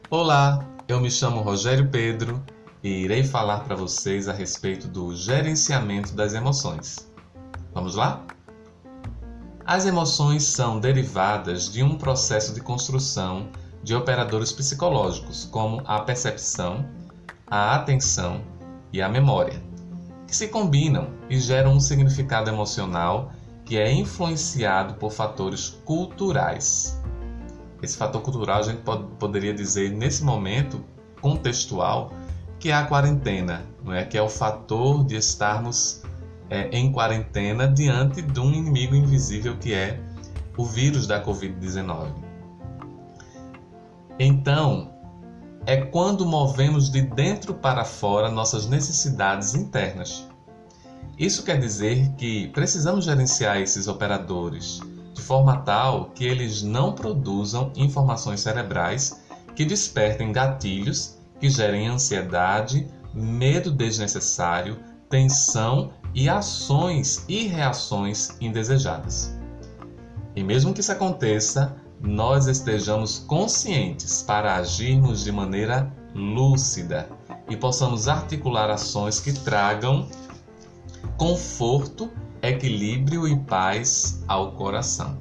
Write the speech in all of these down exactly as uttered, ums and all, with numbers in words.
Olá, eu me chamo Rogério Pedro e irei falar para vocês a respeito do gerenciamento das emoções. Vamos lá? As emoções são derivadas de um processo de construção de operadores psicológicos, como a percepção, a atenção e a memória, que se combinam e geram um significado emocional que é influenciado por fatores culturais. Esse fator cultural a gente pode, poderia dizer nesse momento contextual que é a quarentena, não é? Que é o fator de estarmos é, em quarentena diante de um inimigo invisível que é o vírus da covid dezenove. Então, é quando movemos de dentro para fora nossas necessidades internas. Isso quer dizer que precisamos gerenciar esses operadores de forma tal que eles não produzam informações cerebrais que despertem gatilhos que gerem ansiedade, medo desnecessário, tensão e ações e reações indesejadas. E mesmo que isso aconteça, nós estejamos conscientes para agirmos de maneira lúcida e possamos articular ações que tragam conforto, equilíbrio e paz ao coração.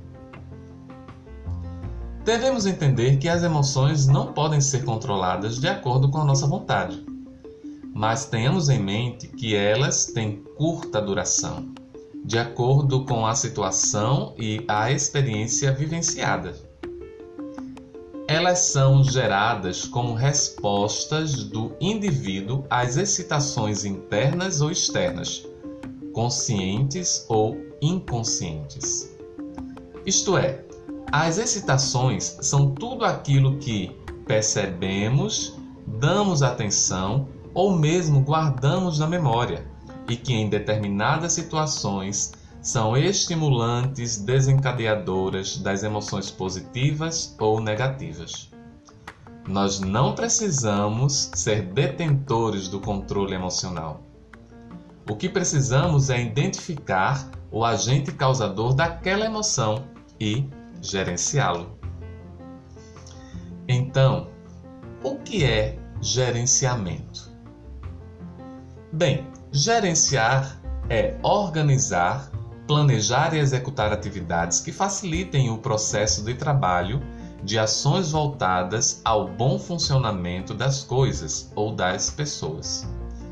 Devemos entender que as emoções não podem ser controladas de acordo com a nossa vontade, mas tenhamos em mente que elas têm curta duração, de acordo com a situação e a experiência vivenciada. Elas são geradas como respostas do indivíduo às excitações internas ou externas, conscientes ou inconscientes. Isto é, as excitações são tudo aquilo que percebemos, damos atenção ou mesmo guardamos na memória e que em determinadas situações são estimulantes desencadeadoras das emoções positivas ou negativas. Nós não precisamos ser detentores do controle emocional. O que precisamos é identificar o agente causador daquela emoção e gerenciá-lo. Então, o que é gerenciamento? Bem, gerenciar é organizar, planejar e executar atividades que facilitem o processo de trabalho de ações voltadas ao bom funcionamento das coisas ou das pessoas.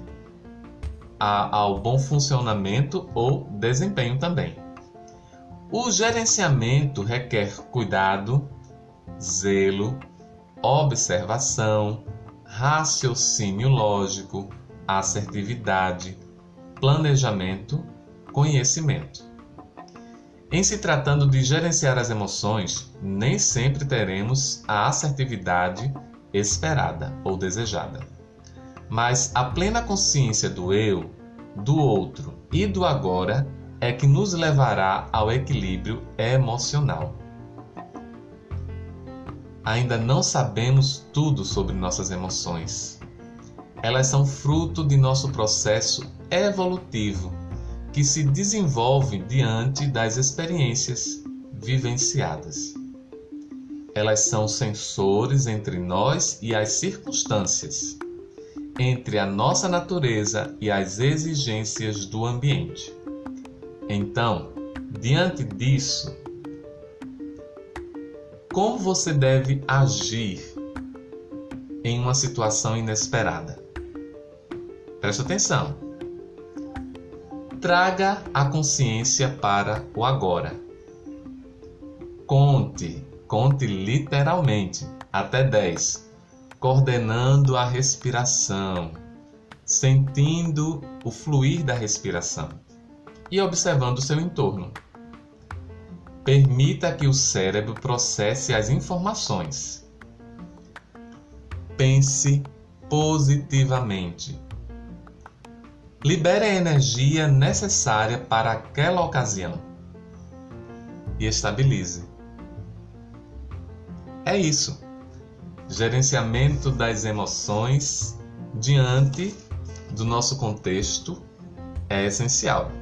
Ao bom funcionamento ou desempenho também. O gerenciamento requer cuidado, zelo, observação, raciocínio lógico, assertividade, planejamento, conhecimento. Em se tratando de gerenciar as emoções, nem sempre teremos a assertividade esperada ou desejada. Mas a plena consciência do eu, do outro e do agora é que nos levará ao equilíbrio emocional. Ainda não sabemos tudo sobre nossas emoções. Elas são fruto de nosso processo evolutivo, que se desenvolve diante das experiências vivenciadas. Elas são sensores entre nós e as circunstâncias, entre a nossa natureza e as exigências do ambiente. Então, diante disso, como você deve agir em uma situação inesperada? Preste atenção. Traga a consciência para o agora. Conte, conte literalmente, até dez. Coordenando a respiração, sentindo o fluir da respiração e observando o seu entorno. Permita que o cérebro processe as informações. Pense positivamente. Libere a energia necessária para aquela ocasião e estabilize. É isso. Gerenciamento das emoções diante do nosso contexto é essencial.